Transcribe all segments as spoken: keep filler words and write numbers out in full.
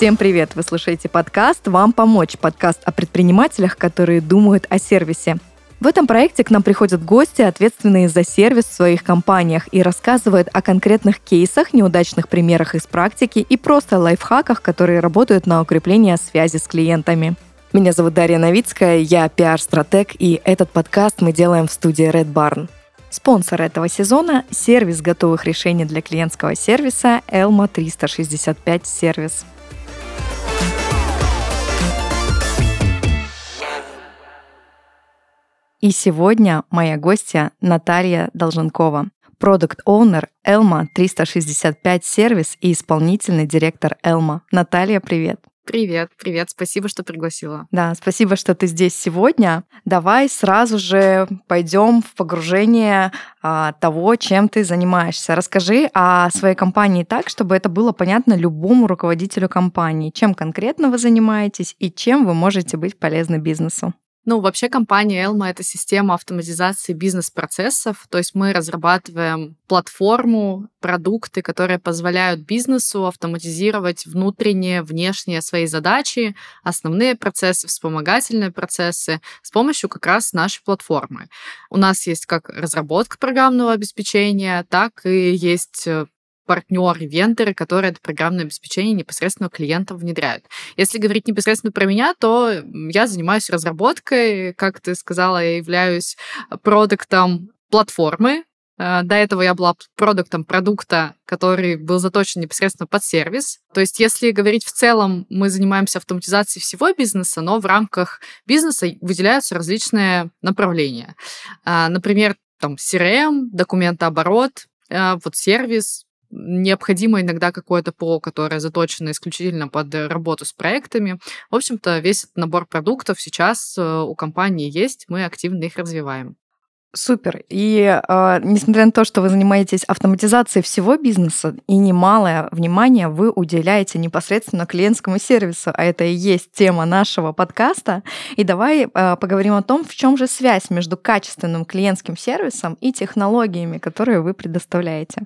Всем привет! Вы слушаете подкаст «Вам помочь», подкаст о предпринимателях, которые думают о сервисе. В этом проекте к нам приходят гости, ответственные за сервис в своих компаниях, и рассказывают о конкретных кейсах, неудачных примерах из практики и просто лайфхаках, которые работают на укрепление связи с клиентами. Меня зовут Дарья Новицкая, я пиар-стратег, и этот подкаст мы делаем в студии Red Barn. Спонсор этого сезона – сервис готовых решений для клиентского сервиса Elma триста шестьдесят пять сервис. И сегодня моя гостья Наталья Долженкова, продакт-оунер Elma триста шестьдесят пять сервис и исполнительный директор Elma. Наталья, привет! Привет, привет, спасибо, что пригласила. Да, спасибо, что ты здесь сегодня. Давай сразу же пойдем в погружение а, того, чем ты занимаешься. Расскажи о своей компании так, чтобы это было понятно любому руководителю компании. Чем конкретно вы занимаетесь и чем вы можете быть полезны бизнесу? Ну, вообще компания Elma — это система автоматизации бизнес-процессов, то есть мы разрабатываем платформу, продукты, которые позволяют бизнесу автоматизировать внутренние, внешние свои задачи, основные процессы, вспомогательные процессы с помощью как раз нашей платформы. У нас есть как разработка программного обеспечения, так и есть партнеры, вендоры, которые это программное обеспечение непосредственно клиентам внедряют. Если говорить непосредственно про меня, то я занимаюсь разработкой. Как ты сказала, я являюсь продуктом платформы. До этого я была продуктом продукта, который был заточен непосредственно под сервис. То есть, если говорить в целом, мы занимаемся автоматизацией всего бизнеса, но в рамках бизнеса выделяются различные направления. Например, там си ар эм, документооборот, вот сервис. Необходимо иногда какое-то ПО, которое заточено исключительно под работу с проектами. В общем-то, весь этот набор продуктов сейчас у компании есть, мы активно их развиваем. Супер. И э, несмотря на то, что вы занимаетесь автоматизацией всего бизнеса, и немалое внимание вы уделяете непосредственно клиентскому сервису, а это и есть тема нашего подкаста. И давай э, поговорим о том, в чем же связь между качественным клиентским сервисом и технологиями, которые вы предоставляете.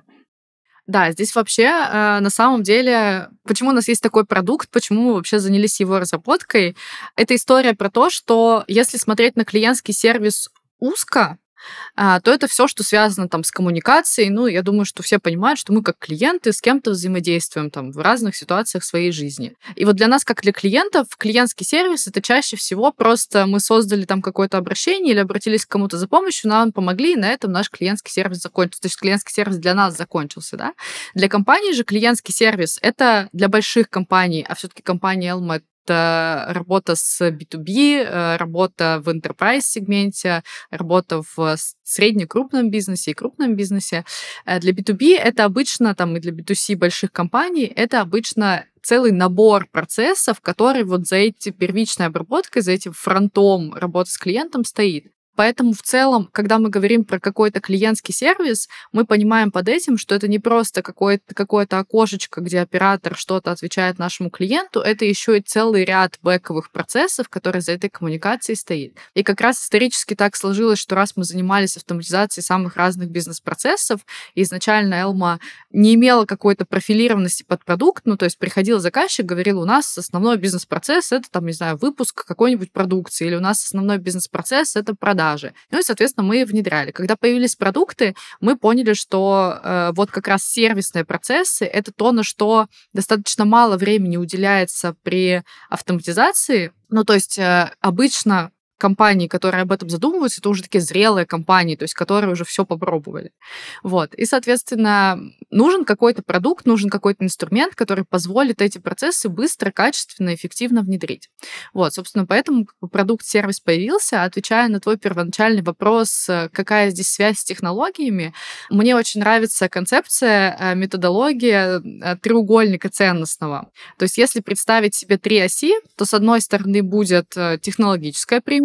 Да, здесь вообще э, на самом деле, почему у нас есть такой продукт, почему мы вообще занялись его разработкой, это история про то, что если смотреть на клиентский сервис узко, то это все, что связано там с коммуникацией. Ну, я думаю, что все понимают, что мы как клиенты с кем-то взаимодействуем там в разных ситуациях своей жизни. И вот для нас, как для клиентов, клиентский сервис — это чаще всего просто мы создали там какое-то обращение или обратились к кому-то за помощью, нам помогли, и на этом наш клиентский сервис закончился. То есть клиентский сервис для нас закончился, да? Для компании же клиентский сервис — это для больших компаний, а все-таки компания Elma — это работа с би ту би, работа в enterprise-сегменте, работа в средне-крупном бизнесе и крупном бизнесе. Для би ту би это обычно, там, и для би ту си больших компаний, это обычно целый набор процессов, который вот за этой первичной обработкой, за этим фронтом работы с клиентом стоит. Поэтому в целом, когда мы говорим про какой-то клиентский сервис, мы понимаем под этим, что это не просто какое-то, какое-то окошечко, где оператор что-то отвечает нашему клиенту, это еще и целый ряд бэковых процессов, которые за этой коммуникацией стоит. И как раз исторически так сложилось, что раз мы занимались автоматизацией самых разных бизнес-процессов, и изначально Elma не имела какой-то профилированности под продукт, ну, то есть приходил заказчик, говорил, у нас основной бизнес-процесс — это, там, не знаю, выпуск какой-нибудь продукции, или у нас основной бизнес-процесс — это продажа. Ну и, соответственно, мы внедряли. Когда появились продукты, мы поняли, что э, вот как раз сервисные процессы — это то, на что достаточно мало времени уделяется при автоматизации. Ну, то есть э, обычно компании, которые об этом задумываются, это уже такие зрелые компании, то есть которые уже все попробовали. Вот. И, соответственно, нужен какой-то продукт, нужен какой-то инструмент, который позволит эти процессы быстро, качественно, эффективно внедрить. Вот, собственно, поэтому продукт-сервис появился. Отвечая на твой первоначальный вопрос, какая здесь связь с технологиями, мне очень нравится концепция, методология треугольника ценностного. То есть если представить себе три оси, то с одной стороны будет технологическое преимущество,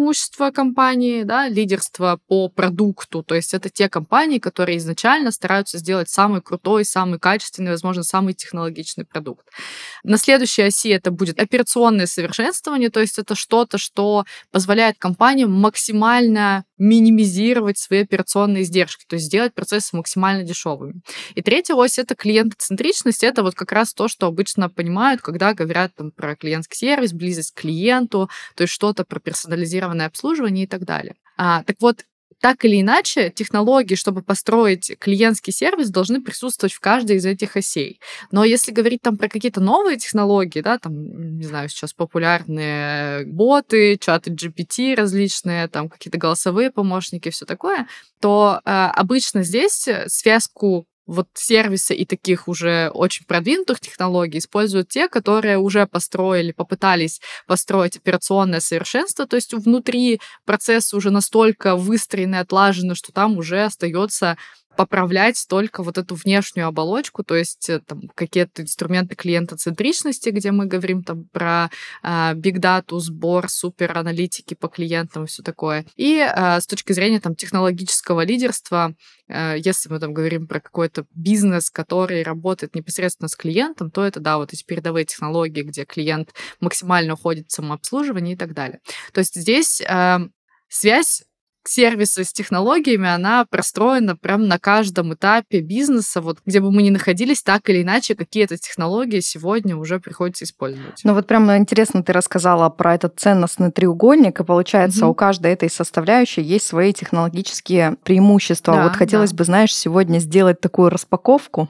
преимущества компании, да, лидерство по продукту, то есть это те компании, которые изначально стараются сделать самый крутой, самый качественный, возможно, самый технологичный продукт. На следующей оси это будет операционное совершенствование, то есть это что-то, что позволяет компаниям максимально минимизировать свои операционные издержки, то есть сделать процессы максимально дешевыми. И третья ось — это клиентоцентричность, это вот как раз то, что обычно понимают, когда говорят там, про клиентский сервис, близость к клиенту, то есть что-то про персонализированное обслуживание и так далее. А, так вот, так или иначе, технологии, чтобы построить клиентский сервис, должны присутствовать в каждой из этих осей. Но если говорить там про какие-то новые технологии, да, там, не знаю, сейчас популярные боты, чаты джи пи ти различные, там какие-то голосовые помощники, все такое, то э, обычно здесь связку вот сервисы и таких уже очень продвинутых технологий используют те, которые уже построили, попытались построить операционное совершенство, то есть внутри процесса уже настолько выстроены, отлажены, что там уже остается поправлять только вот эту внешнюю оболочку, то есть там какие-то инструменты клиентоцентричности, где мы говорим там про биг-дату, сбор, супераналитики по клиентам и все такое. И а, с точки зрения там технологического лидерства, а, если мы там говорим про какой-то бизнес, который работает непосредственно с клиентом, то это, да, вот эти передовые технологии, где клиент максимально уходит в самообслуживание и так далее. То есть здесь а, связь сервисы с технологиями, она простроена прям на каждом этапе бизнеса, вот где бы мы ни находились, так или иначе, какие-то технологии сегодня уже приходится использовать. Ну вот прям интересно ты рассказала про этот ценностный треугольник, и получается, угу. у каждой этой составляющей есть свои технологические преимущества. Да, вот хотелось да. бы, знаешь, сегодня сделать такую распаковку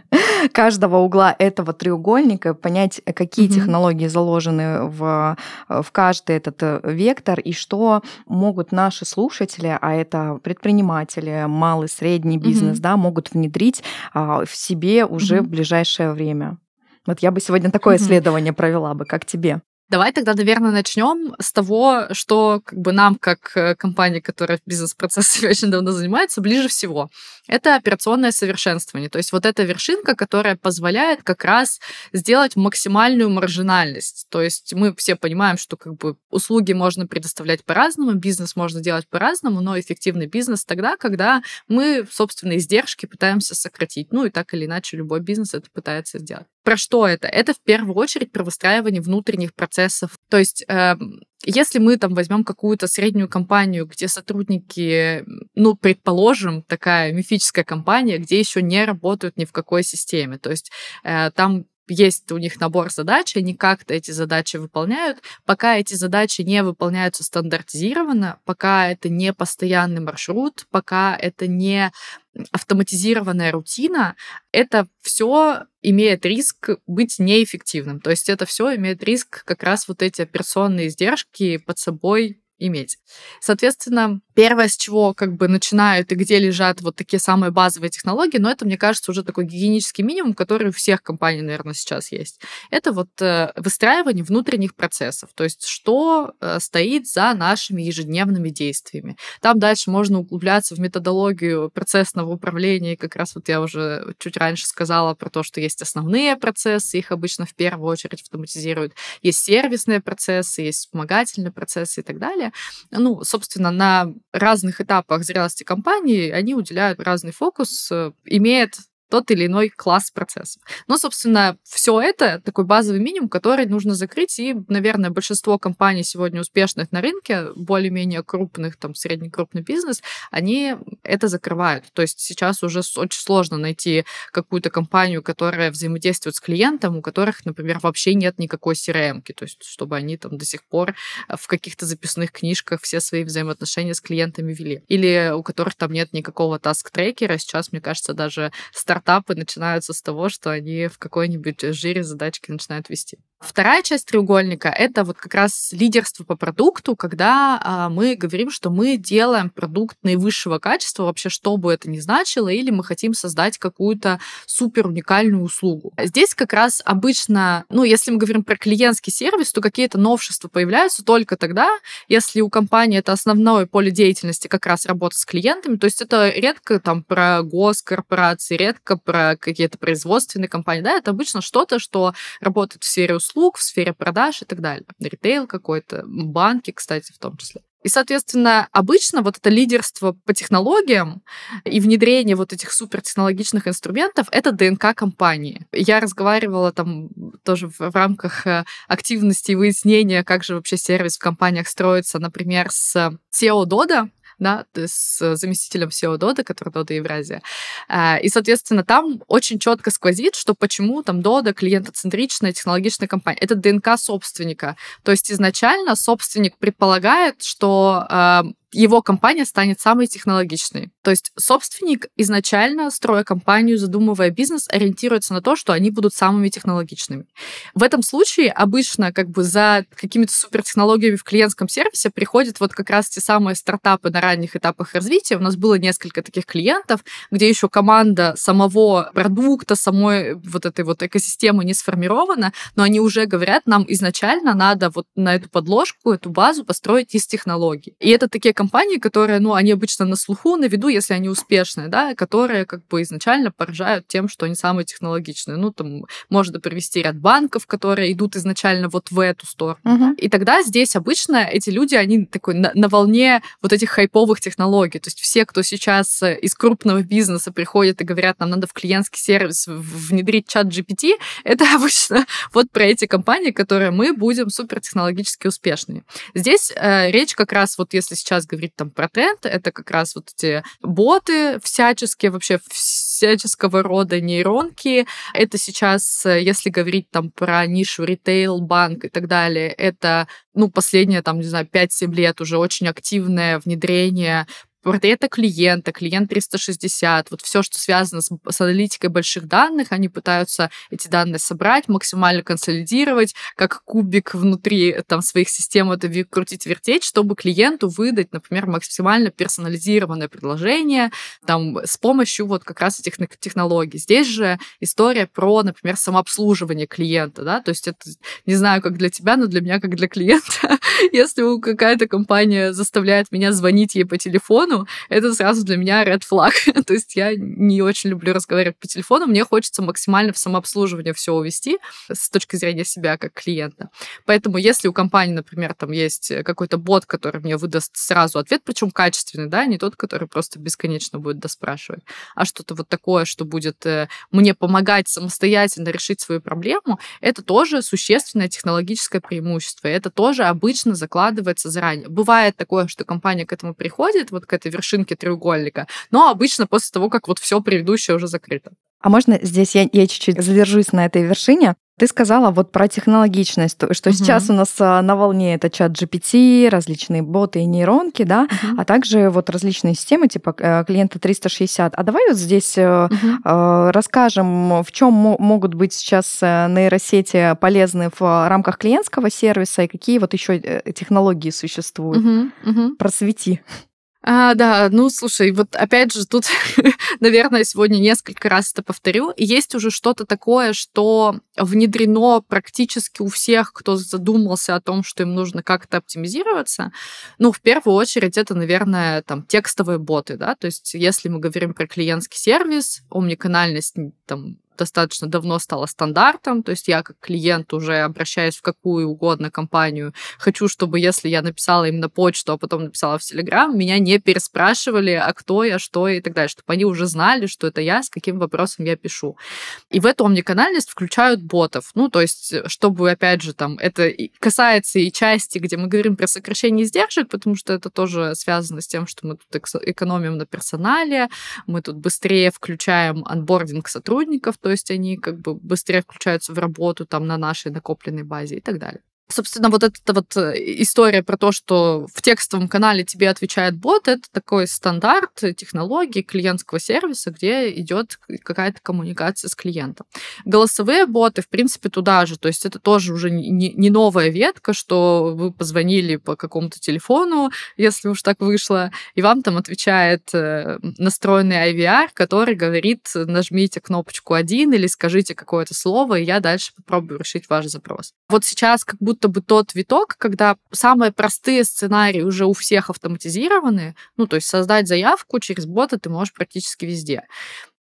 каждого угла этого треугольника, понять, какие угу. технологии заложены в, в каждый этот вектор, и что могут наши слушатели, а это предприниматели, малый, средний бизнес, mm-hmm. да, могут внедрить а, в себе уже mm-hmm. в ближайшее время. Вот я бы сегодня такое mm-hmm. исследование провела бы, как тебе. Давай тогда, наверное, начнем с того, что как бы нам, как компании, которая бизнес-процессами очень давно занимается, ближе всего. Это операционное совершенствование. То есть вот эта вершинка, которая позволяет как раз сделать максимальную маржинальность. То есть мы все понимаем, что как бы услуги можно предоставлять по-разному, бизнес можно делать по-разному, но эффективный бизнес тогда, когда мы собственные издержки пытаемся сократить. Ну и так или иначе любой бизнес это пытается сделать. Про что это? Это в первую очередь про выстраивание внутренних процессов. То есть э, если мы там возьмем какую-то среднюю компанию, где сотрудники, ну, предположим, такая мифическая компания, где еще не работают ни в какой системе, то есть э, там есть у них набор задач, они как-то эти задачи выполняют. Пока эти задачи не выполняются стандартизированно, пока это не постоянный маршрут, пока это не автоматизированная рутина, это все имеет риск быть неэффективным. То есть это все имеет риск как раз вот эти операционные издержки под собой иметь. Соответственно, первое, с чего как бы начинают и где лежат вот такие самые базовые технологии, но это, мне кажется, уже такой гигиенический минимум, который у всех компаний, наверное, сейчас есть. Это вот э, выстраивание внутренних процессов, то есть что э, стоит за нашими ежедневными действиями. Там дальше можно углубляться в методологию процессного управления, и как раз вот я уже чуть раньше сказала про то, что есть основные процессы, их обычно в первую очередь автоматизируют, есть сервисные процессы, есть вспомогательные процессы и так далее. Ну, собственно, на разных этапах зрелости компании они уделяют разный фокус, имеет тот или иной класс процессов. Но, собственно, все это такой базовый минимум, который нужно закрыть, и, наверное, большинство компаний сегодня успешных на рынке, более-менее крупных, там, средний-крупный бизнес, они это закрывают. То есть сейчас уже очень сложно найти какую-то компанию, которая взаимодействует с клиентом, у которых, например, вообще нет никакой си ар эм-ки, то есть чтобы они там до сих пор в каких-то записных книжках все свои взаимоотношения с клиентами вели. Или у которых там нет никакого таск-трекера. Сейчас, мне кажется, даже старт Стартапы начинаются с того, что они в какой-нибудь жире задачки начинают вести. Вторая часть треугольника — это вот как раз лидерство по продукту, когда а, мы говорим, что мы делаем продукт наивысшего качества, вообще что бы это ни значило, или мы хотим создать какую-то супер уникальную услугу. Здесь как раз обычно, ну, если мы говорим про клиентский сервис, то какие-то новшества появляются только тогда, если у компании это основное поле деятельности как раз работа с клиентами, то есть это редко там про госкорпорации, редко про какие-то производственные компании, да, это обычно что-то, что работает в сфере услуг, в сфере продаж и так далее. Ритейл какой-то, банки, кстати, в том числе. И, соответственно, обычно вот это лидерство по технологиям и внедрение вот этих супертехнологичных инструментов — это ДНК компании. Я разговаривала там тоже в, в рамках активности и выяснения, как же вообще сервис в компаниях строится, например, с си и о Dodo, да, с заместителем си и о Dodo, который Dodo Евразия. И, соответственно, там очень четко сквозит, что почему там Dodo клиентоцентричная технологичная компания. Это ДНК собственника. То есть изначально собственник предполагает, что э, его компания станет самой технологичной. То есть собственник изначально, строя компанию, задумывая бизнес, ориентируется на то, что они будут самыми технологичными. В этом случае обычно как бы за какими-то супертехнологиями в клиентском сервисе приходят вот как раз те самые стартапы на ранних этапах развития. У нас было несколько таких клиентов, где еще команда самого продукта, самой вот этой вот экосистемы не сформирована, но они уже говорят, нам изначально надо вот на эту подложку, эту базу построить из технологий. И это такие компании, которые, ну, они обычно на слуху, на виду, если они успешные, да, которые как бы изначально поражают тем, что они самые технологичные. Ну, там можно привести ряд банков, которые идут изначально вот в эту сторону. Uh-huh. И тогда здесь обычно эти люди, они такой на, на волне вот этих хайповых технологий. То есть все, кто сейчас из крупного бизнеса приходят и говорят, нам надо в клиентский сервис внедрить чат джи пи ти, это обычно вот про эти компании, которые мы будем супертехнологически успешными. Здесь э, речь как раз вот если сейчас говорить там про тренд, это как раз вот эти боты всяческие, вообще всяческого рода нейронки. Это сейчас, если говорить там про нишу ритейл, банк и так далее, это, ну, последние там, не знаю, пять-семь лет уже очень активное внедрение портрета клиента, клиент триста шестьдесят, вот все, что связано с, с аналитикой больших данных, они пытаются эти данные собрать, максимально консолидировать, как кубик внутри там своих систем это крутить-вертеть, чтобы клиенту выдать, например, максимально персонализированное предложение там, с помощью вот как раз этих технологий. Здесь же история про, например, самообслуживание клиента, да, то есть это, не знаю, как для тебя, но для меня, как для клиента, если какая-то компания заставляет меня звонить ей по телефону, это сразу для меня red flag. То есть я не очень люблю разговаривать по телефону, мне хочется максимально в самообслуживание все увести с точки зрения себя как клиента. Поэтому если у компании, например, там есть какой-то бот, который мне выдаст сразу ответ, причем качественный, да, не тот, который просто бесконечно будет доспрашивать, а что-то вот такое, что будет мне помогать самостоятельно решить свою проблему, это тоже существенное технологическое преимущество. И это тоже обычно закладывается заранее. Бывает такое, что компания к этому приходит, вот к этой вершинке треугольника, но обычно после того, как вот все предыдущее уже закрыто. А можно здесь я, я чуть-чуть задержусь на этой вершине? Ты сказала вот про технологичность, что uh-huh. сейчас у нас на волне это чат джи пи ти, различные боты и нейронки, да, uh-huh. а также вот различные системы типа клиента триста шестьдесят. А давай вот здесь uh-huh. расскажем, в чем могут быть сейчас нейросети полезны в рамках клиентского сервиса и какие вот еще технологии существуют. Uh-huh. Uh-huh. Просвети. А, да, ну, слушай, вот опять же, тут, наверное, сегодня несколько раз это повторю. Есть уже что-то такое, что внедрено практически у всех, кто задумался о том, что им нужно как-то оптимизироваться. Ну, в первую очередь, это, наверное, там, текстовые боты, да, то есть если мы говорим про клиентский сервис, омниканальность, там, достаточно давно стало стандартом, то есть я как клиент уже обращаюсь в какую угодно компанию, хочу, чтобы если я написала им на почту, а потом написала в Телеграм, меня не переспрашивали, а кто я, что я и так далее, чтобы они уже знали, что это я, с каким вопросом я пишу. И в эту омниканальность включают ботов, ну, то есть чтобы, опять же, там, это касается и части, где мы говорим про сокращение издержек, потому что это тоже связано с тем, что мы тут экономим на персонале, мы тут быстрее включаем онбординг сотрудников, то есть они как бы быстрее включаются в работу там на нашей накопленной базе и так далее. Собственно, вот эта вот история про то, что в текстовом канале тебе отвечает бот, это такой стандарт технологии клиентского сервиса, где идет какая-то коммуникация с клиентом. Голосовые боты, в принципе, туда же, то есть это тоже уже не, не новая ветка, что вы позвонили по какому-то телефону, если уж так вышло, и вам там отвечает настроенный ай ви ар, который говорит, нажмите кнопочку один или скажите какое-то слово, и я дальше попробую решить ваш запрос. Вот сейчас как будто бы тот виток, когда самые простые сценарии уже у всех автоматизированы, ну, то есть создать заявку через бота ты можешь практически везде.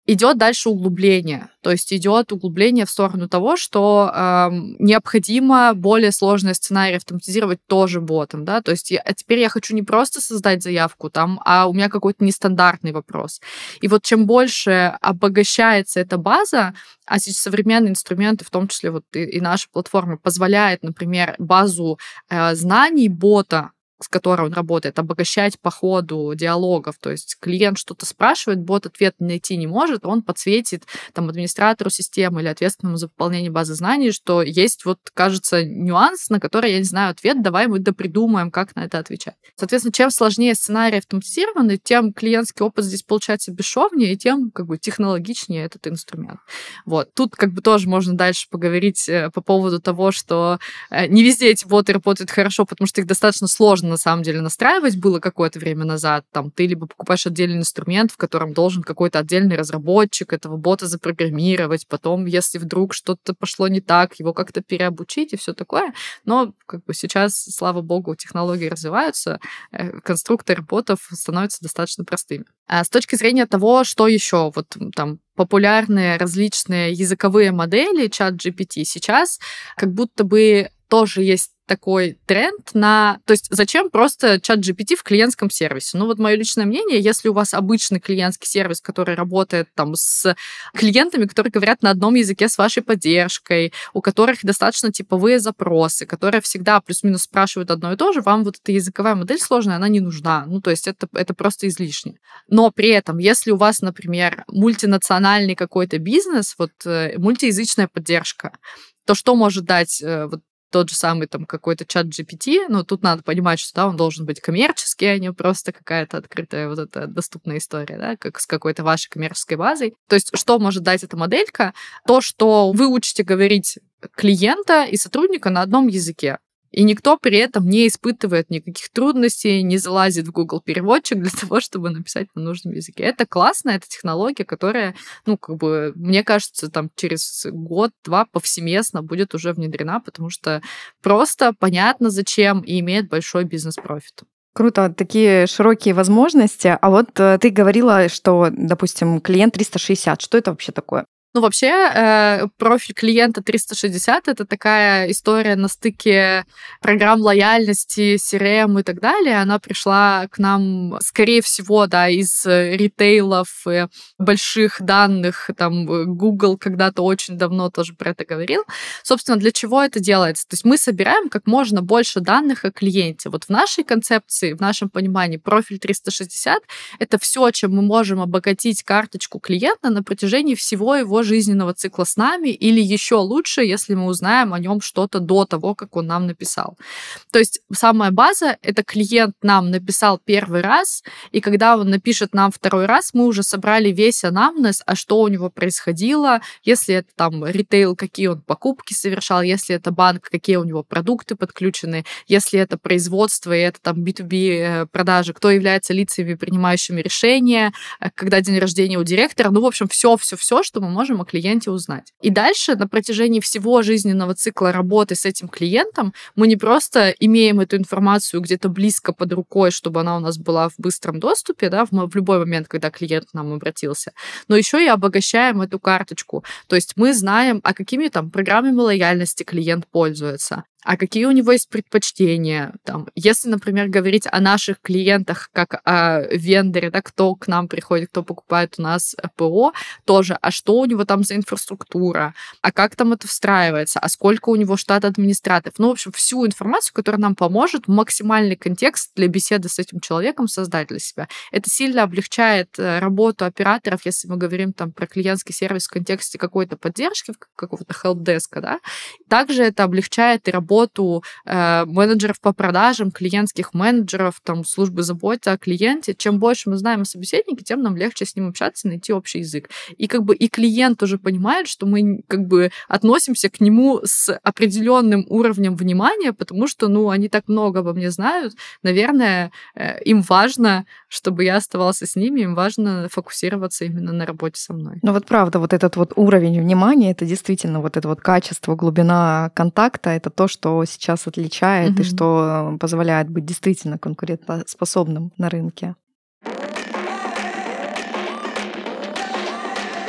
идет дальше углубление. То есть идет углубление в сторону того, что э, необходимо более сложные сценарии автоматизировать тоже ботом. Да? То есть я, а теперь я хочу не просто создать заявку, там, а у меня какой-то нестандартный вопрос. И вот чем больше обогащается эта база, а сейчас современные инструменты, в том числе вот и, и наша платформа, позволяет, например, базу э, знаний бота, с которой он работает, обогащать по ходу диалогов. То есть клиент что-то спрашивает, бот ответ найти не может, он подсветит там, администратору системы или ответственному за выполнение базы знаний, что есть вот, кажется, нюанс, на который я не знаю ответ, давай мы допридумаем, как на это отвечать. Соответственно, чем сложнее сценарий автоматизированный, тем клиентский опыт здесь получается бесшовнее, и тем как бы технологичнее этот инструмент. Вот. Тут как бы тоже можно дальше поговорить по поводу того, что не везде эти боты работают хорошо, потому что их достаточно сложно на самом деле настраивать было какое-то время назад. Там ты либо покупаешь отдельный инструмент, в котором должен какой-то отдельный разработчик этого бота запрограммировать, потом, если вдруг что-то пошло не так, его как-то переобучить и все такое. Но как бы сейчас, слава богу, технологии развиваются, конструкторы ботов становятся достаточно простыми. А с точки зрения того, что еще вот там популярные различные языковые модели чат джи пи ти сейчас как будто бы тоже есть такой тренд на... То есть зачем просто чат джи пи ти в клиентском сервисе? Ну вот мое личное мнение, если у вас обычный клиентский сервис, который работает там с клиентами, которые говорят на одном языке с вашей поддержкой, у которых достаточно типовые запросы, которые всегда плюс-минус спрашивают одно и то же, вам вот эта языковая модель сложная, она не нужна. Ну то есть это, это просто излишне. Но при этом, если у вас, например, мультинациональный какой-то бизнес, вот мультиязычная поддержка, то что может дать вот тот же самый там какой-то чат джи пи ти, но тут надо понимать, что да, он должен быть коммерческий, а не просто какая-то открытая вот эта доступная история, да, как с какой-то вашей коммерческой базой. То есть что может дать эта моделька? То, что вы учите говорить клиента и сотрудника на одном языке. И никто при этом не испытывает никаких трудностей, не залазит в Google переводчик для того, чтобы написать на нужном языке. Это классно, это технология, которая, ну, как бы, мне кажется, там через год-два повсеместно будет уже внедрена, потому что просто понятно зачем и имеет большой бизнес-профит. Круто, такие широкие возможности. А вот ты говорила, что, допустим, клиент триста шестьдесят. Что это вообще такое? Ну, вообще, э, профиль клиента триста шестьдесят — это такая история на стыке программ лояльности, си ар эм и так далее. Она пришла к нам, скорее всего, да, из ритейлов, больших данных. Там Google когда-то очень давно тоже про это говорил. Собственно, для чего это делается? То есть мы собираем как можно больше данных о клиенте. Вот в нашей концепции, в нашем понимании, профиль триста шестьдесят — это все, чем мы можем обогатить карточку клиента на протяжении всего его жизненного цикла с нами, или еще лучше, если мы узнаем о нем что-то до того, как он нам написал. То есть самая база — это клиент нам написал первый раз, и когда он напишет нам второй раз, мы уже собрали весь анамнез, а что у него происходило, если это там ритейл, какие он покупки совершал, если это банк, какие у него продукты подключены, если это производство и это там би ту би продажи, кто является лицами, принимающими решения, когда день рождения у директора, ну, в общем, все-все-все, что мы можем о клиенте узнать. И дальше на протяжении всего жизненного цикла работы с этим клиентом мы не просто имеем эту информацию где-то близко под рукой, чтобы она у нас была в быстром доступе, да, в, в любой момент, когда клиент к нам обратился, но еще и обогащаем эту карточку. То есть мы знаем, а какими там программами лояльности клиент пользуется, а какие у него есть предпочтения. Там, если, например, говорить о наших клиентах как о вендоре, да, кто к нам приходит, кто покупает у нас ПО, тоже, а что у него там за инфраструктура, а как там это встраивается, а сколько у него штат администраторов. Ну, в общем, всю информацию, которая нам поможет максимальный контекст для беседы с этим человеком создать для себя. Это сильно облегчает работу операторов, если мы говорим там про клиентский сервис в контексте какой-то поддержки, какого-то хелпдеска, да. Также это облегчает и работу работу э, менеджеров по продажам, клиентских менеджеров, там, службы заботы о клиенте. Чем больше мы знаем о собеседнике, тем нам легче с ним общаться, найти общий язык. И как бы и клиент уже понимает, что мы как бы относимся к нему с определенным уровнем внимания, потому что, ну, они так много обо мне знают. Наверное, э, им важно, чтобы я оставался с ними, им важно фокусироваться именно на работе со мной. Ну вот правда, вот этот вот уровень внимания, это действительно вот это вот качество, глубина контакта, это то, что сейчас отличает mm-hmm. и что позволяет быть действительно конкурентоспособным на рынке.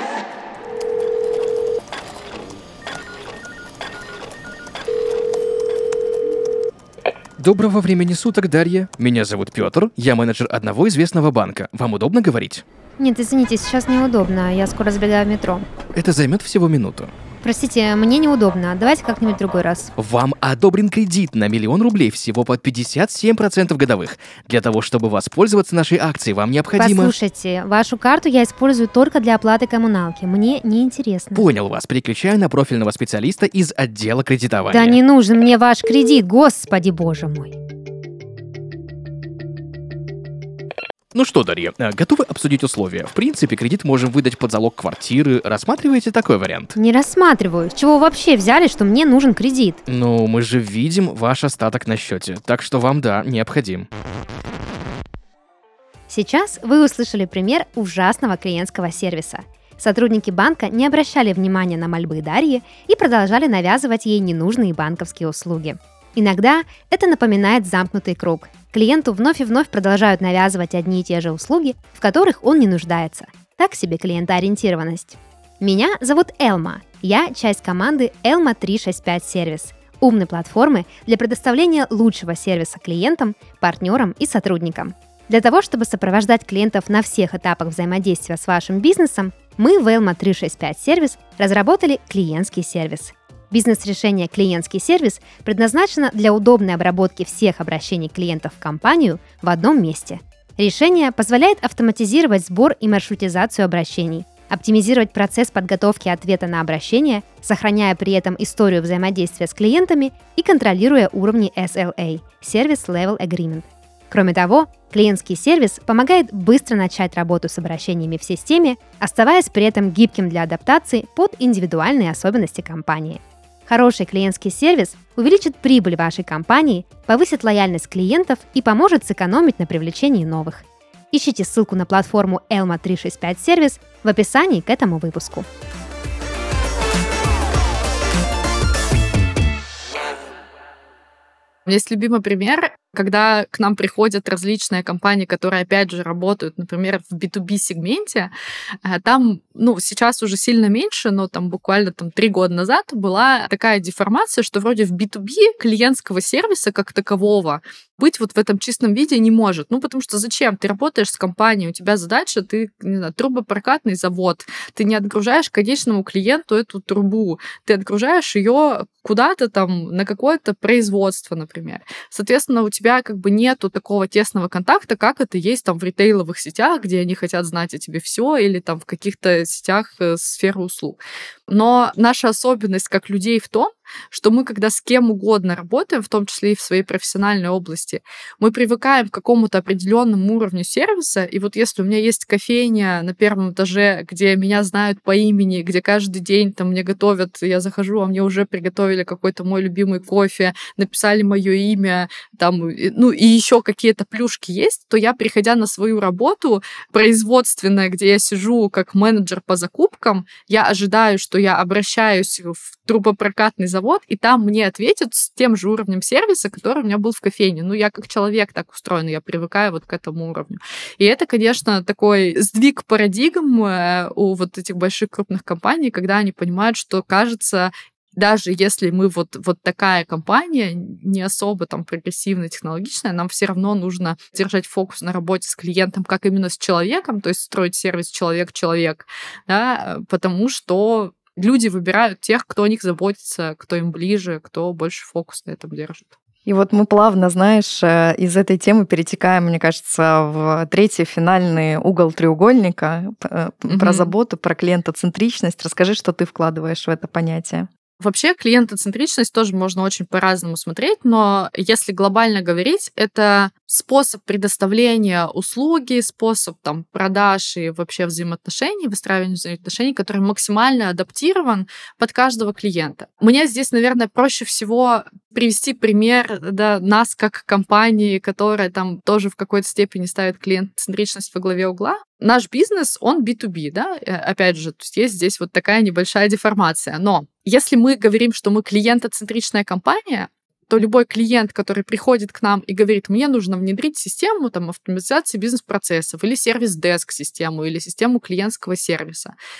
Доброго времени суток, Дарья. Меня зовут Петр, я менеджер одного известного банка. Вам удобно говорить? Нет, извините, сейчас неудобно, я скоро сбегаю в метро. Это займет всего минуту. Простите, мне неудобно, давайте как-нибудь в другой раз. Вам одобрен кредит на миллион рублей всего под пятьдесят семь процентов годовых. Для того, чтобы воспользоваться нашей акцией, вам необходимо... Послушайте, вашу карту я использую только для оплаты коммуналки, мне неинтересно. Понял вас, переключаю на профильного специалиста из отдела кредитования. Да не нужен мне ваш кредит, господи боже мой. Ну что, Дарья, готовы обсудить условия? В принципе, кредит можем выдать под залог квартиры. Рассматриваете такой вариант? Не рассматриваю. С чего вы вообще взяли, что мне нужен кредит? Ну, мы же видим ваш остаток на счете, так что вам, да, необходим. Сейчас вы услышали пример ужасного клиентского сервиса. Сотрудники банка не обращали внимания на мольбы Дарьи и продолжали навязывать ей ненужные банковские услуги. Иногда это напоминает замкнутый круг. Клиенту вновь и вновь продолжают навязывать одни и те же услуги, в которых он не нуждается. Так себе клиентоориентированность. Меня зовут Элма. Я часть команды Элма триста шестьдесят пять сервис, умной платформы для предоставления лучшего сервиса клиентам, партнерам и сотрудникам. Для того, чтобы сопровождать клиентов на всех этапах взаимодействия с вашим бизнесом, мы в Элма триста шестьдесят пять сервис разработали клиентский сервис. Бизнес-решение «Клиентский сервис» предназначено для удобной обработки всех обращений клиентов в компанию в одном месте. Решение позволяет автоматизировать сбор и маршрутизацию обращений, оптимизировать процесс подготовки ответа на обращение, сохраняя при этом историю взаимодействия с клиентами и контролируя уровни эс эл эй – Service Level Agreement. Кроме того, клиентский сервис помогает быстро начать работу с обращениями в системе, оставаясь при этом гибким для адаптации под индивидуальные особенности компании. Хороший клиентский сервис увеличит прибыль вашей компании, повысит лояльность клиентов и поможет сэкономить на привлечении новых. Ищите ссылку на платформу Элма триста шестьдесят пять сервис в описании к этому выпуску. У меня есть любимый пример, когда к нам приходят различные компании, которые, опять же, работают, например, в би ту би-сегменте. Там, ну, сейчас уже сильно меньше, но там буквально там, три года назад была такая деформация, что вроде в би ту би клиентского сервиса как такового быть вот в этом чистом виде не может. Ну, потому что зачем? Ты работаешь с компанией, у тебя задача, ты, не знаю, трубопрокатный завод, ты не отгружаешь конечному клиенту эту трубу, ты отгружаешь ее куда-то там на какое-то производство, например. Соответственно, у тебя как бы нету такого тесного контакта, как это есть там в ритейловых сетях, где они хотят знать о тебе все, или там в каких-то сетях э, сферы услуг. Но наша особенность как людей в том, что мы, когда с кем угодно работаем, в том числе и в своей профессиональной области, мы привыкаем к какому-то определенному уровню сервиса. И вот если у меня есть кофейня на первом этаже, где меня знают по имени, где каждый день там мне готовят, я захожу, а мне уже приготовили какой-то мой любимый кофе, написали мое имя, там, ну и еще какие-то плюшки есть, то я, приходя на свою работу производственная, где я сижу как менеджер по закупкам, я ожидаю, что я обращаюсь в трубопрокатный завод, и там мне ответят с тем же уровнем сервиса, который у меня был в кофейне. Ну, я как человек так устроена, я привыкаю вот к этому уровню. И это, конечно, такой сдвиг парадигм у вот этих больших крупных компаний, когда они понимают, что, кажется, даже если мы вот, вот такая компания, не особо там прогрессивная, технологичная, нам все равно нужно держать фокус на работе с клиентом, как именно с человеком, то есть строить сервис человек-человек, да, потому что люди выбирают тех, кто о них заботится, кто им ближе, кто больше фокус на этом держит. И вот мы плавно, знаешь, из этой темы перетекаем, мне кажется, в третий финальный угол треугольника mm-hmm. про заботу, про клиентоцентричность. Расскажи, что ты вкладываешь в это понятие. Вообще клиентоцентричность тоже можно очень по-разному смотреть, но если глобально говорить, это способ предоставления услуги, способ там, продаж и вообще взаимоотношений, выстраивания взаимоотношений, который максимально адаптирован под каждого клиента. Мне здесь, наверное, проще всего привести пример да, нас как компании, которая там тоже в какой-то степени ставит клиентоцентричность во главе угла. Наш бизнес, он би ту би, да, опять же, то есть, есть здесь вот такая небольшая деформация. Но если мы говорим, что мы клиентоцентричная компания, то любой клиент, который приходит к нам и говорит, мне нужно внедрить систему там, автоматизации бизнес-процессов или сервис-деск-систему, или систему клиентского сервиса,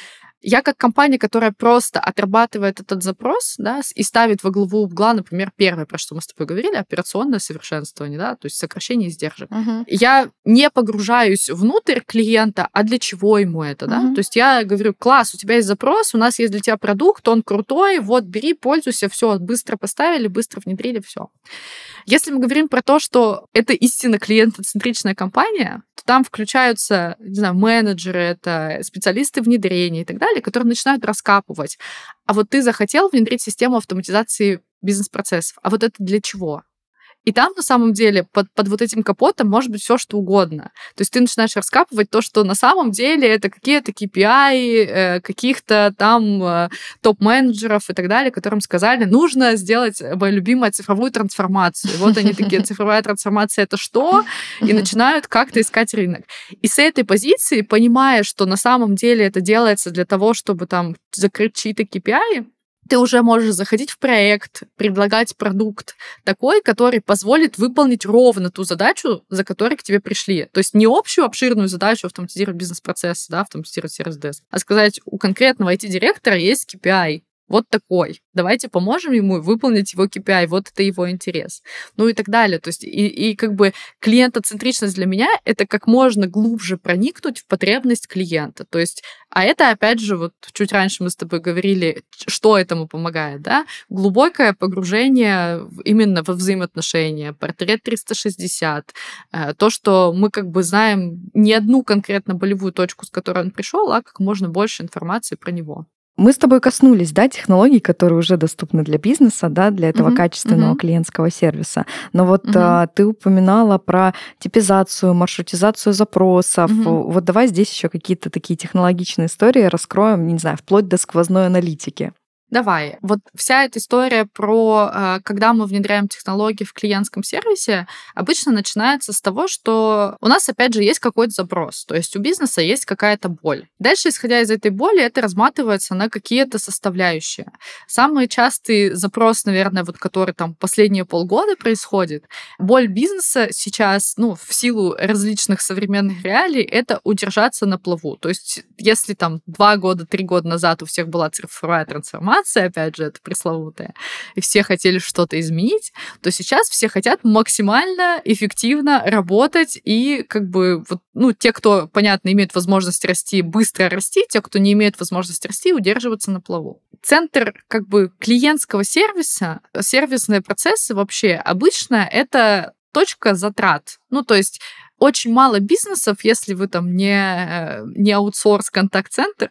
я как компания, которая просто отрабатывает этот запрос, да, и ставит во главу угла, например, первое, про что мы с тобой говорили, операционное совершенствование, да, то есть сокращение издержек. Uh-huh. Я не погружаюсь внутрь клиента, а для чего ему это, да? Uh-huh. То есть я говорю, класс, у тебя есть запрос, у нас есть для тебя продукт, он крутой, вот, бери, пользуйся, все, быстро поставили, быстро внедрили, все. Если мы говорим про то, что это истинно клиентоцентричная компания, то там включаются, не знаю, менеджеры, это специалисты внедрения и так далее, которые начинают раскапывать. А вот ты захотел внедрить систему автоматизации бизнес-процессов. А вот это для чего? И там, на самом деле, под, под вот этим капотом может быть все что угодно. То есть ты начинаешь раскапывать то, что на самом деле это какие-то кей пи ай, э, каких-то там э, топ-менеджеров и так далее, которым сказали, нужно сделать, моя любимая, цифровую трансформацию. И вот они такие, цифровая трансформация — это что? И начинают как-то искать рынок. И с этой позиции, понимая, что на самом деле это делается для того, чтобы там закрыть чьи-то кей пи ай, ты уже можешь заходить в проект, предлагать продукт такой, который позволит выполнить ровно ту задачу, за которой к тебе пришли. То есть не общую обширную задачу автоматизировать бизнес-процессы, да, автоматизировать сервис-деск, а сказать, у конкретного ай ти-директора есть кей пи ай. Вот такой. Давайте поможем ему выполнить его кей пи ай. Вот это его интерес. Ну и так далее. То есть и, и как бы клиентоцентричность для меня — это как можно глубже проникнуть в потребность клиента. То есть, а это, опять же, вот чуть раньше мы с тобой говорили, что этому помогает, да? Глубокое погружение именно во взаимоотношения, портрет триста шестьдесят, то, что мы как бы знаем не одну конкретно болевую точку, с которой он пришел, а как можно больше информации про него. Мы с тобой коснулись, да, технологий, которые уже доступны для бизнеса, да, для этого uh-huh, качественного uh-huh. клиентского сервиса. Но вот uh-huh. а, ты упоминала про типизацию, маршрутизацию запросов. Uh-huh. Вот давай здесь еще какие-то такие технологичные истории раскроем, не знаю, вплоть до сквозной аналитики. Давай. Вот вся эта история про, когда мы внедряем технологии в клиентском сервисе, обычно начинается с того, что у нас, опять же, есть какой-то запрос. То есть у бизнеса есть какая-то боль. Дальше, исходя из этой боли, это разматывается на какие-то составляющие. Самый частый запрос, наверное, вот который там последние полгода происходит, боль бизнеса сейчас, ну, в силу различных современных реалий, это удержаться на плаву. То есть если там два года, три года назад у всех была цифровая трансформация, опять же, это пресловутая, и все хотели что-то изменить, то сейчас все хотят максимально эффективно работать, и как бы вот, ну, те, кто, понятно, имеют возможность расти, быстро расти, те, кто не имеет возможности расти, удерживаться на плаву. Центр как бы клиентского сервиса, сервисные процессы вообще обычно это точка затрат. Ну, то есть очень мало бизнесов, если вы там не, не аутсорс контакт-центр,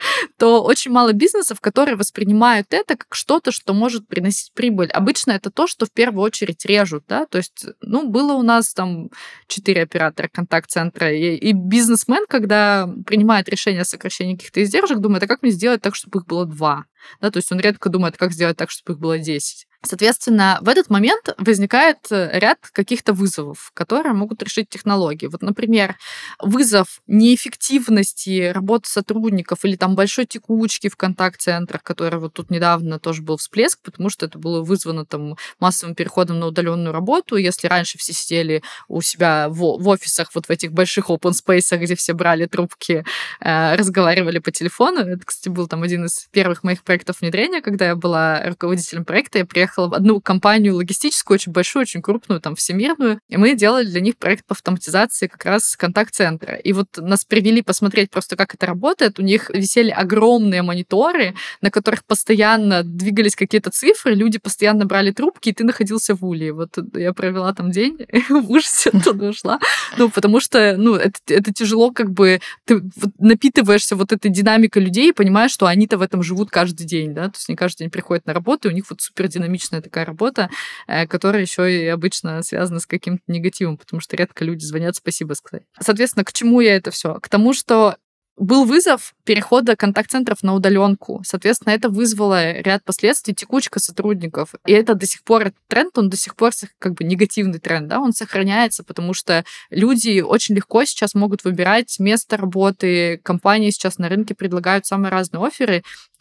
то очень мало бизнесов, которые воспринимают это как что-то, что может приносить прибыль. Обычно это то, что в первую очередь режут, да, то есть, ну, было у нас там четыре оператора контакт-центра, и, и бизнесмен, когда принимает решение о сокращении каких-то издержек, думает, а как мне сделать так, чтобы их было два? Да, то есть он редко думает, как сделать так, чтобы их было десять. Соответственно, в этот момент возникает ряд каких-то вызовов, которые могут решить технологии. Вот, например, вызов неэффективности работы сотрудников или там большой текучки в контакт-центрах, который вот тут недавно тоже был всплеск, потому что это было вызвано там массовым переходом на удаленную работу. Если раньше все сидели у себя в, в офисах, вот в этих больших open space, где все брали трубки, э, разговаривали по телефону. Это, кстати, был там один из первых моих проектов внедрения, когда я была руководителем проекта, я приехала в одну компанию логистическую, очень большую, очень крупную, там, всемирную, и мы делали для них проект по автоматизации как раз контакт-центра. И вот нас привели посмотреть просто, как это работает. У них висели огромные мониторы, на которых постоянно двигались какие-то цифры, люди постоянно брали трубки, и ты находился в улье. Вот я провела там день, в ужасе оттуда ушла. Ну, потому что, ну, это, это тяжело, как бы, ты напитываешься вот этой динамикой людей и понимаешь, что они-то в этом живут каждый день, да, то есть они каждый день приходят на работу, и у них вот супер динамичная такая работа, которая еще и обычно связана с каким-то негативом, потому что редко люди звонят спасибо сказать. Соответственно, к чему я это все? К тому, что был вызов перехода контакт-центров на удаленку. Соответственно, это вызвало ряд последствий, текучка сотрудников. И это до сих пор, этот тренд, он до сих пор как бы негативный тренд, да, он сохраняется, потому что люди очень легко сейчас могут выбирать место работы, компании сейчас на рынке предлагают самые разные офферы.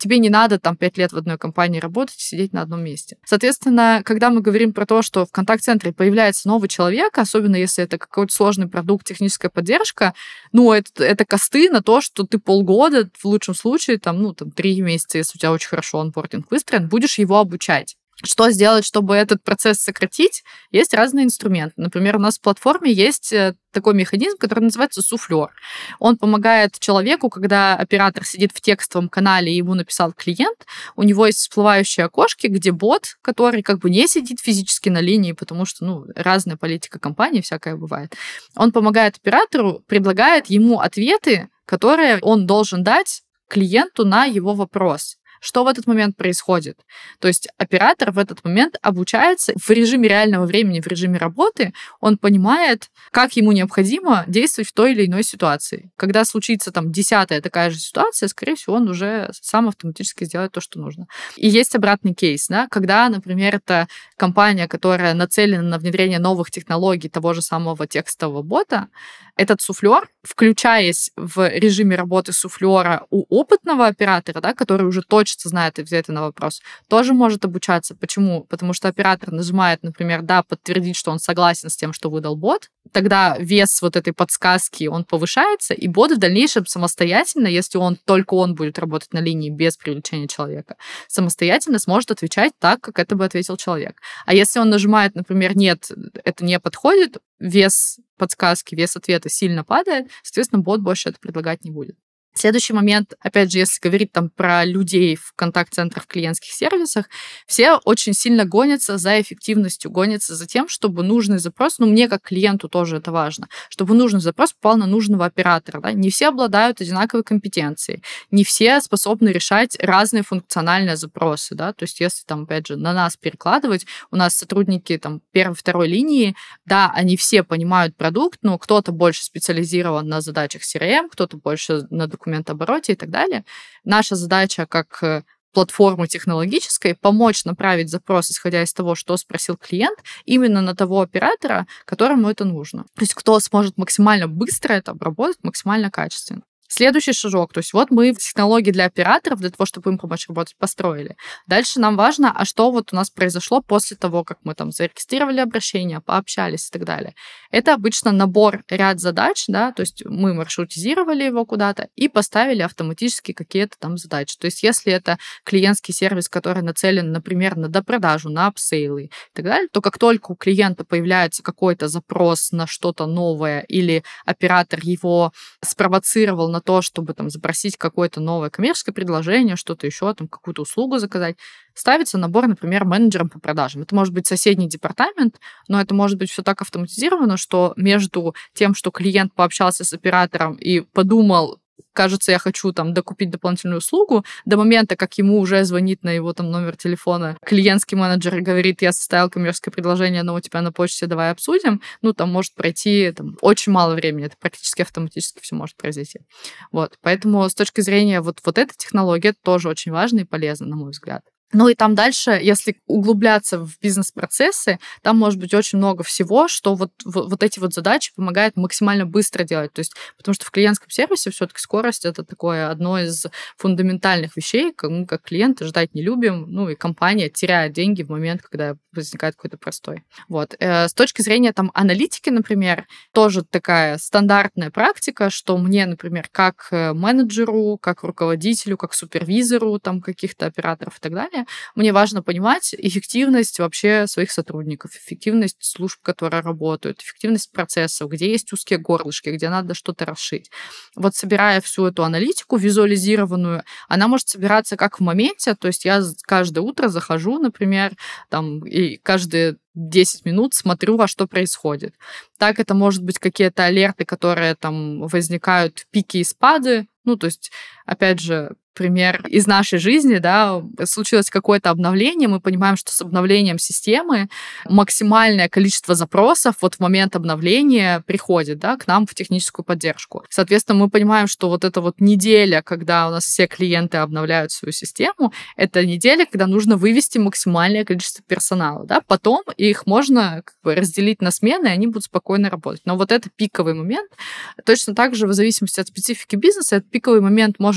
тебе не надо там пять лет в одной компании работать и сидеть на одном месте. Соответственно, когда мы говорим про то, что в контакт-центре появляется новый человек, особенно если это какой-то сложный продукт, техническая поддержка, ну, это, это косты на то, что ты полгода, в лучшем случае, там, ну, там, три месяца, если у тебя очень хорошо онбординг выстроен, будешь его обучать. Что сделать, чтобы этот процесс сократить? Есть разные инструменты. Например, у нас в платформе есть такой механизм, который называется суфлер. Он помогает человеку, когда оператор сидит в текстовом канале и ему написал клиент, у него есть всплывающие окошки, где бот, который как бы не сидит физически на линии, потому что, ну, разная политика компании, всякое бывает. Он помогает оператору, предлагает ему ответы, которые он должен дать клиенту на его вопрос. Что в этот момент происходит? То есть оператор в этот момент обучается в режиме реального времени, в режиме работы, он понимает, как ему необходимо действовать в той или иной ситуации. Когда случится там десятая такая же ситуация, скорее всего, он уже сам автоматически сделает то, что нужно. И есть обратный кейс, да, когда, например, это компания, которая нацелена на внедрение новых технологий того же самого текстового бота, этот суфлер, включаясь в режиме работы суфлера у опытного оператора, да, который уже точно знает ответы на вопрос, тоже может обучаться. Почему? Потому что оператор нажимает, например, да, подтвердить, что он согласен с тем, что выдал бот, тогда вес вот этой подсказки, он повышается, и бот в дальнейшем самостоятельно, если он только он будет работать на линии без привлечения человека, самостоятельно сможет отвечать так, как это бы ответил человек. А если он нажимает, например, нет, это не подходит, вес подсказки, вес ответа сильно падает, соответственно, бот больше это предлагать не будет. Следующий момент, опять же, если говорить там про людей в контакт-центрах, в клиентских сервисах, все очень сильно гонятся за эффективностью, гонятся за тем, чтобы нужный запрос, ну, мне как клиенту тоже это важно, чтобы нужный запрос попал на нужного оператора. Да? Не все обладают одинаковой компетенцией, не все способны решать разные функциональные запросы. Да? То есть если там, опять же, на нас перекладывать, у нас сотрудники там первой, второй линии, да, они все понимают продукт, но кто-то больше специализирован на задачах си ар эм, кто-то больше на документообороте и так далее. Наша задача как платформы технологической помочь направить запрос, исходя из того, что спросил клиент, именно на того оператора, которому это нужно. То есть кто сможет максимально быстро это обработать, максимально качественно. Следующий шажок, то есть вот мы технологии для операторов, для того, чтобы им помочь работать, построили. Дальше нам важно, а что вот у нас произошло после того, как мы там зарегистрировали обращение, пообщались и так далее. Это обычно набор, ряд задач, да, то есть мы маршрутизировали его куда-то и поставили автоматически какие-то там задачи. То есть если это клиентский сервис, который нацелен, например, на допродажу, на апсейлы и так далее, то как только у клиента появляется какой-то запрос на что-то новое или оператор его спровоцировал на то, чтобы там запросить какое-то новое коммерческое предложение, что-то еще, там какую-то услугу заказать, ставится набор, например, менеджером по продажам. Это может быть соседний департамент, но это может быть все так автоматизировано, что между тем, что клиент пообщался с оператором и подумал, кажется, я хочу там докупить дополнительную услугу, до момента, как ему уже звонит на его там номер телефона клиентский менеджер и говорит, я составил коммерческое предложение, но у тебя на почте, давай обсудим, ну, там может пройти там, очень мало времени, это практически автоматически все может произойти. Вот, поэтому с точки зрения вот, вот этой технологии, это тоже очень важно и полезно, на мой взгляд. Ну и там дальше, если углубляться в бизнес-процессы, там может быть очень много всего, что вот, вот, вот эти вот задачи помогают максимально быстро делать. То есть, потому что в клиентском сервисе все-таки скорость — это такое одно из фундаментальных вещей, как мы как клиенты ждать не любим, ну и компания теряет деньги в момент, когда возникает какой-то простой. Вот. С точки зрения там аналитики, например, тоже такая стандартная практика, что мне, например, как менеджеру, как руководителю, как супервизору там каких-то операторов и так далее, мне важно понимать эффективность вообще своих сотрудников, эффективность служб, которые работают, эффективность процессов, где есть узкие горлышки, где надо что-то расшить. Вот собирая всю эту аналитику визуализированную, она может собираться как в моменте, то есть я каждое утро захожу, например, там, и каждые десять минут смотрю, во что происходит. Так это может быть какие-то алерты, которые там возникают, пики и спады. Ну, то есть, опять же, пример из нашей жизни, да, случилось какое-то обновление, мы понимаем, что с обновлением системы максимальное количество запросов вот в момент обновления приходит, да, к нам в техническую поддержку. Соответственно, мы понимаем, что вот эта вот неделя, когда у нас все клиенты обновляют свою систему, это неделя, когда нужно вывести максимальное количество персонала, да, потом их можно как бы разделить на смены, и они будут спокойно работать. Но вот это пиковый момент. Точно так же, в зависимости от специфики бизнеса, этот пиковый момент может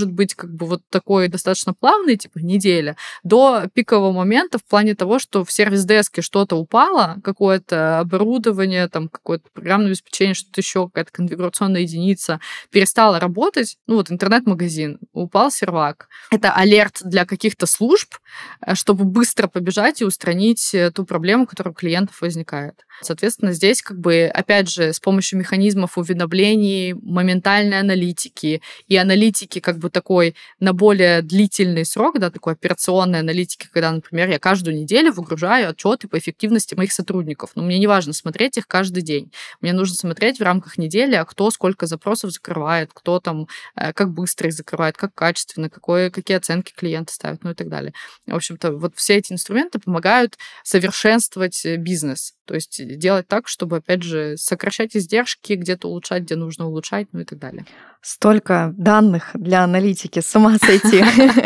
может быть как бы вот такой достаточно плавный, типа неделя, до пикового момента в плане того, что в сервис-деске что-то упало, какое-то оборудование, там какое-то программное обеспечение, что-то еще, какая-то конфигурационная единица перестала работать. Ну вот интернет-магазин, упал сервак. Это алерт для каких-то служб, чтобы быстро побежать и устранить ту проблему, которая у клиентов возникает. Соответственно, здесь как бы, опять же, с помощью механизмов уведомлений, моментальной аналитики и аналитики как бы такой на более длительный срок, да, такой операционной аналитики, когда, например, я каждую неделю выгружаю отчеты по эффективности моих сотрудников. Но мне не важно смотреть их каждый день. Мне нужно смотреть в рамках недели, а кто сколько запросов закрывает, кто там, как быстро их закрывает, как качественно, какое, какие оценки клиенты ставят, ну и так далее. В общем-то, вот все эти инструменты помогают совершенствовать бизнес. То есть делать так, чтобы, опять же, сокращать издержки, где-то улучшать, где нужно улучшать, ну и так далее. Столько данных для аналитики, с ума сойти.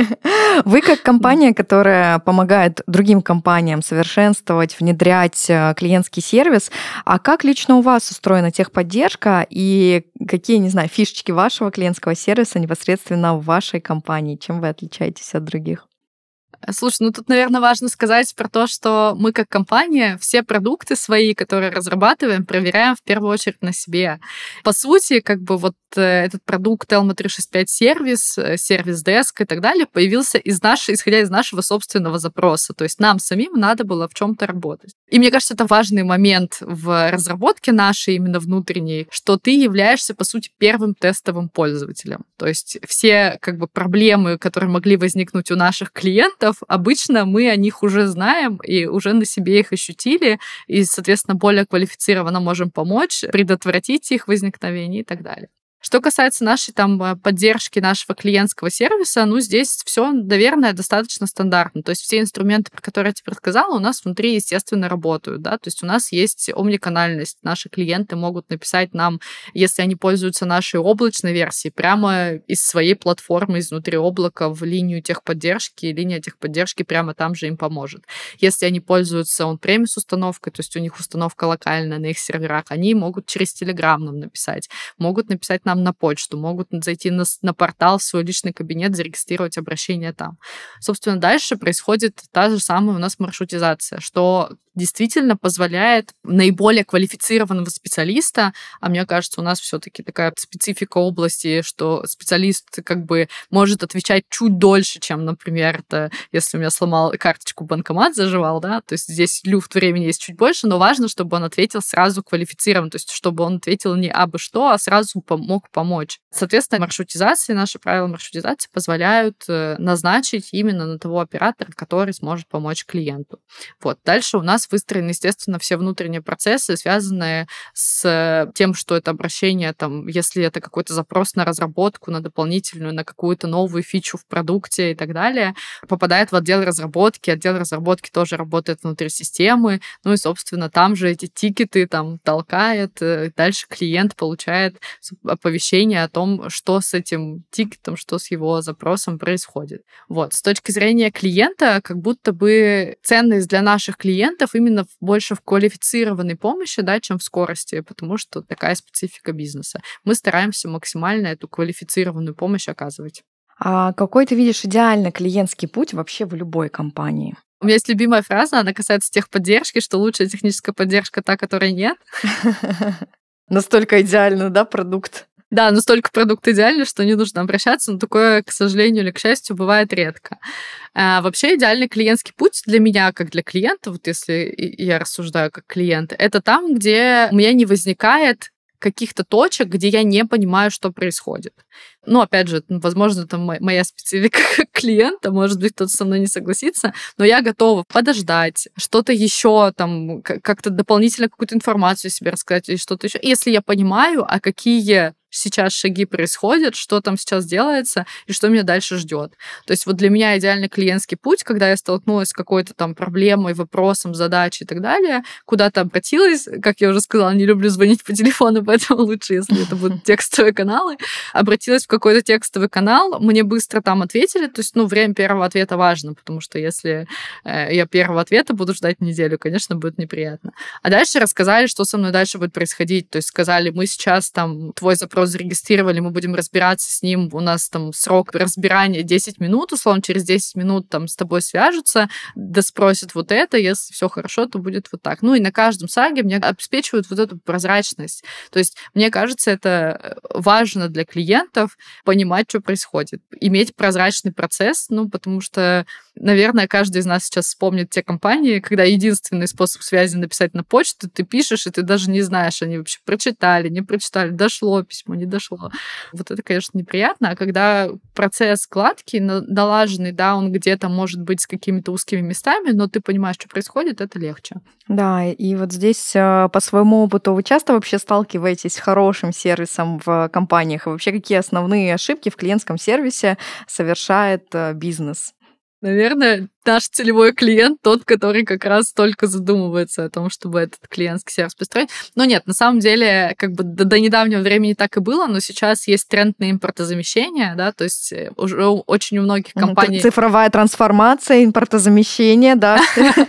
Вы как компания, которая помогает другим компаниям совершенствовать, внедрять клиентский сервис, а как лично у вас устроена техподдержка и какие, не знаю, фишечки вашего клиентского сервиса непосредственно в вашей компании? Чем вы отличаетесь от других? Слушай, ну тут, наверное, важно сказать про то, что мы как компания все продукты свои, которые разрабатываем, проверяем в первую очередь на себе. По сути, как бы вот этот продукт Elmo триста шестьдесят пять сервис, сервис-деск и так далее появился из нашей, исходя из нашего собственного запроса. То есть нам самим надо было в чем-то работать. И мне кажется, это важный момент в разработке нашей, именно внутренней, что ты являешься, по сути, первым тестовым пользователем. То есть все как бы проблемы, которые могли возникнуть у наших клиентов, обычно мы о них уже знаем и уже на себе их ощутили, и, соответственно, более квалифицированно можем помочь, предотвратить их возникновение и так далее. Что касается нашей там поддержки нашего клиентского сервиса, ну, здесь все, наверное, достаточно стандартно. То есть все инструменты, про которые я тебе рассказала, у нас внутри, естественно, работают, да, то есть у нас есть омниканальность. Наши клиенты могут написать нам, если они пользуются нашей облачной версией, прямо из своей платформы, изнутри облака в линию техподдержки, и линия техподдержки прямо там же им поможет. Если они пользуются он-премис установкой, то есть у них установка локальная на их серверах, они могут через Telegram нам написать, могут написать нам на почту, могут зайти на, на портал в свой личный кабинет, зарегистрировать обращение там. Собственно, дальше происходит та же самая у нас маршрутизация, что действительно позволяет наиболее квалифицированного специалиста, а мне кажется, у нас все-таки такая специфика области, что специалист как бы может отвечать чуть дольше, чем, например, это, если у меня сломал карточку, банкомат заживал, да, то есть здесь люфт времени есть чуть больше, но важно, чтобы он ответил сразу квалифицированно, то есть чтобы он ответил не абы что, а сразу мог помочь. Соответственно, маршрутизация, наши правила маршрутизации позволяют назначить именно на того оператора, который сможет помочь клиенту. Вот. Дальше у нас выстроены, естественно, все внутренние процессы, связанные с тем, что это обращение, там, если это какой-то запрос на разработку, на дополнительную, на какую-то новую фичу в продукте и так далее, попадает в отдел разработки. Отдел разработки тоже работает внутри системы. Ну и, собственно, там же эти тикеты там толкает. Дальше клиент получает оповещение о том, что с этим тикетом, что с его запросом происходит. Вот. С точки зрения клиента, как будто бы ценность для наших клиентов именно больше в квалифицированной помощи, да, чем в скорости, потому что такая специфика бизнеса. Мы стараемся максимально эту квалифицированную помощь оказывать. А какой ты видишь идеальный клиентский путь вообще в любой компании? У меня есть любимая фраза, она касается техподдержки, что лучшая техническая поддержка та, которой нет. Настолько идеально, да, продукт? Да, настолько продукт идеальный, что не нужно обращаться, но такое, к сожалению или к счастью, бывает редко. А, вообще идеальный клиентский путь для меня, как для клиента, вот если я рассуждаю как клиент, это там, где у меня не возникает каких-то точек, где я не понимаю, что происходит. Ну, опять же, возможно, это моя специфика как клиента, может быть, кто-то со мной не согласится, но я готова подождать, что-то еще, там, как-то дополнительно какую-то информацию себе рассказать или что-то еще. Если я понимаю, а какие сейчас шаги происходят, что там сейчас делается и что меня дальше ждет. То есть вот для меня идеальный клиентский путь, когда я столкнулась с какой-то там проблемой, вопросом, задачей и так далее, куда-то обратилась, как я уже сказала, не люблю звонить по телефону, поэтому лучше, если это будут текстовые каналы, обратилась в какой-то текстовый канал, мне быстро там ответили, то есть, ну, время первого ответа важно, потому что если э, я первого ответа буду ждать неделю, конечно, будет неприятно. А дальше рассказали, что со мной дальше будет происходить, то есть сказали, мы сейчас там, твой запрос запрос зарегистрировали, мы будем разбираться с ним, у нас там срок разбирания десять минут, условно, через десять минут там с тобой свяжутся, да спросят вот это, если все хорошо, то будет вот так. Ну и на каждом саге мне обеспечивают вот эту прозрачность. То есть, мне кажется, это важно для клиентов понимать, что происходит, иметь прозрачный процесс, ну, потому что, наверное, каждый из нас сейчас вспомнит те компании, когда единственный способ связи написать на почту, ты пишешь, и ты даже не знаешь, они вообще прочитали, не прочитали, дошло письмо, не дошло. Вот это, конечно, неприятно. А когда процесс гладкий, налаженный, да, он где-то может быть с какими-то узкими местами, но ты понимаешь, что происходит, это легче. Да, и вот здесь по своему опыту вы часто вообще сталкиваетесь с хорошим сервисом в компаниях? И вообще какие основные ошибки в клиентском сервисе совершает бизнес? Наверное, наш целевой клиент тот, который как раз только задумывается о том, чтобы этот клиентский сервис построить. Но нет, на самом деле, как бы до, до недавнего времени так и было, но сейчас есть тренд на импортозамещение, да, то есть уже очень у многих компаний... Цифровая трансформация, импортозамещение, да.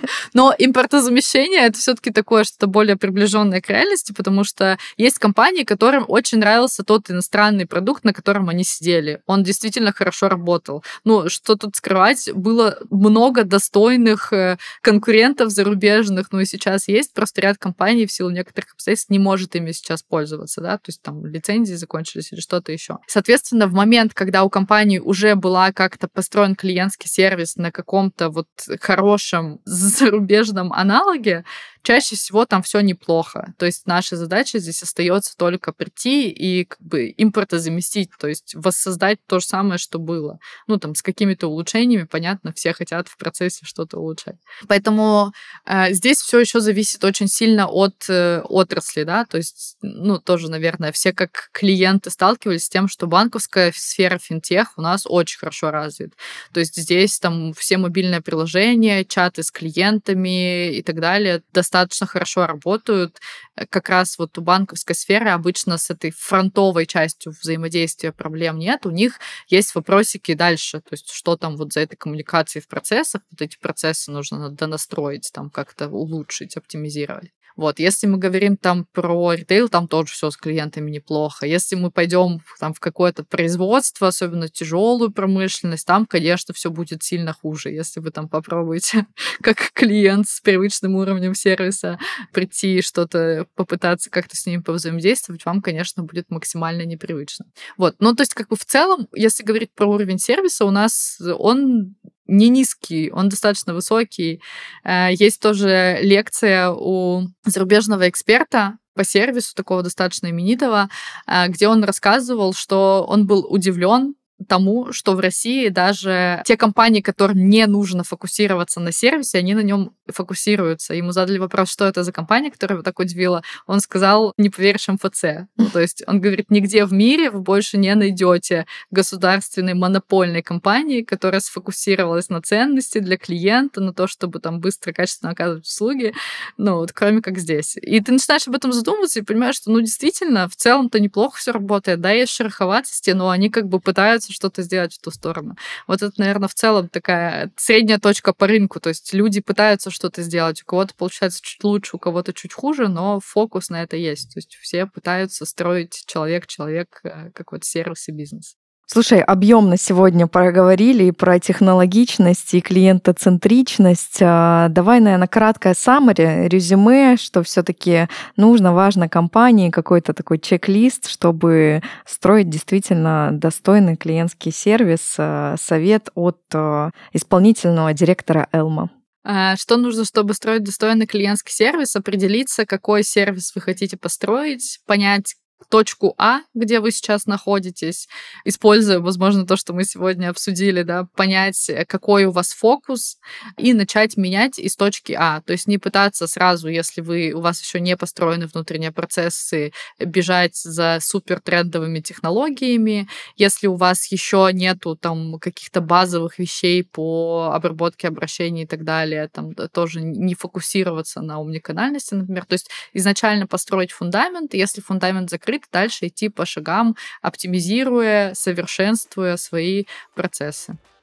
Но импортозамещение — это все-таки такое что-то более приближенное к реальности, потому что есть компании, которым очень нравился тот иностранный продукт, на котором они сидели. Он действительно хорошо работал. Ну, что тут скрывать, было много достойных конкурентов зарубежных, ну и сейчас есть, просто ряд компаний в силу некоторых обстоятельств не может ими сейчас пользоваться, да, то есть там лицензии закончились или что-то еще. Соответственно, в момент, когда у компании уже была как-то построен клиентский сервис на каком-то вот хорошем зарубежном аналоге, чаще всего там все неплохо. То есть наша задача здесь остается только прийти и как бы импортозаместить, то есть воссоздать то же самое, что было. Ну, там, с какими-то улучшениями, понятно, все хотят в процессе что-то улучшать. Поэтому э, здесь все еще зависит очень сильно от э, отрасли, да, то есть, ну, тоже, наверное, все как клиенты сталкивались с тем, что банковская сфера финтех у нас очень хорошо развит. То есть здесь там все мобильные приложения, чаты с клиентами и так далее достаточно хорошо работают. Как раз вот у банковской сферы обычно с этой фронтовой частью взаимодействия проблем нет. У них есть вопросики дальше, то есть что там вот за этой коммуникацией в процессах, вот эти процессы нужно донастроить, там как-то улучшить, оптимизировать. Вот, если мы говорим там про ритейл, там тоже все с клиентами неплохо. Если мы пойдем там в какое-то производство, особенно тяжелую промышленность, там, конечно, все будет сильно хуже. Если вы там попробуете как клиент с привычным уровнем сервиса прийти и что-то попытаться как-то с ними повзаимодействовать, вам, конечно, будет максимально непривычно. Вот, ну то есть как бы в целом, если говорить про уровень сервиса, у нас он не низкий, он достаточно высокий. Есть тоже лекция у зарубежного эксперта по сервису, такого достаточно именитого, где он рассказывал, что он был удивлен тому, что в России даже те компании, которым не нужно фокусироваться на сервисе, они на нем фокусируются. Ему задали вопрос, что это за компания, которая его так удивила. Он сказал, не поверишь, эм эф цэ. Ну, то есть он говорит, нигде в мире вы больше не найдете государственной монопольной компании, которая сфокусировалась на ценности для клиента, на то, чтобы там быстро, качественно оказывать услуги, ну, вот кроме как здесь. И ты начинаешь об этом задумываться и понимаешь, что, ну, действительно, в целом-то неплохо все работает, да, есть шероховатости, но они как бы пытаются что-то сделать в ту сторону. Вот это, наверное, в целом такая средняя точка по рынку, то есть люди пытаются что-то сделать, у кого-то получается чуть лучше, у кого-то чуть хуже, но фокус на это есть, то есть все пытаются строить человек-человек как вот сервис и бизнес. Слушай, объемно сегодня проговорили и про технологичность, и клиентоцентричность. Давай, наверное, краткое саммари, резюме, что все-таки нужно, важно компании, какой-то такой чек-лист, чтобы строить действительно достойный клиентский сервис. Совет от исполнительного директора Элма. Что нужно, чтобы строить достойный клиентский сервис? Определиться, какой сервис вы хотите построить, понять, точку А, где вы сейчас находитесь, используя, возможно, то, что мы сегодня обсудили, да, понять, какой у вас фокус, и начать менять из точки А. То есть не пытаться сразу, если вы, у вас еще не построены внутренние процессы, бежать за супертрендовыми технологиями. Если у вас еще нету там каких-то базовых вещей по обработке обращений и так далее, там тоже не фокусироваться на омниканальности, например. То есть изначально построить фундамент, и если фундамент закрыт, дальше идти по шагам, оптимизируя, совершенствуя свои процессы.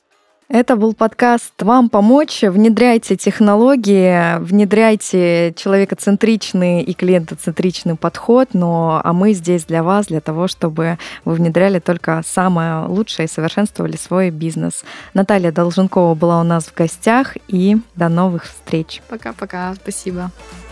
Это был подкаст «Вам помочь». Внедряйте технологии, внедряйте человекоцентричный и клиентоцентричный подход. Ну, а мы здесь для вас, для того, чтобы вы внедряли только самое лучшее и совершенствовали свой бизнес. Наталья Долженкова была у нас в гостях, и до новых встреч. Пока-пока, спасибо.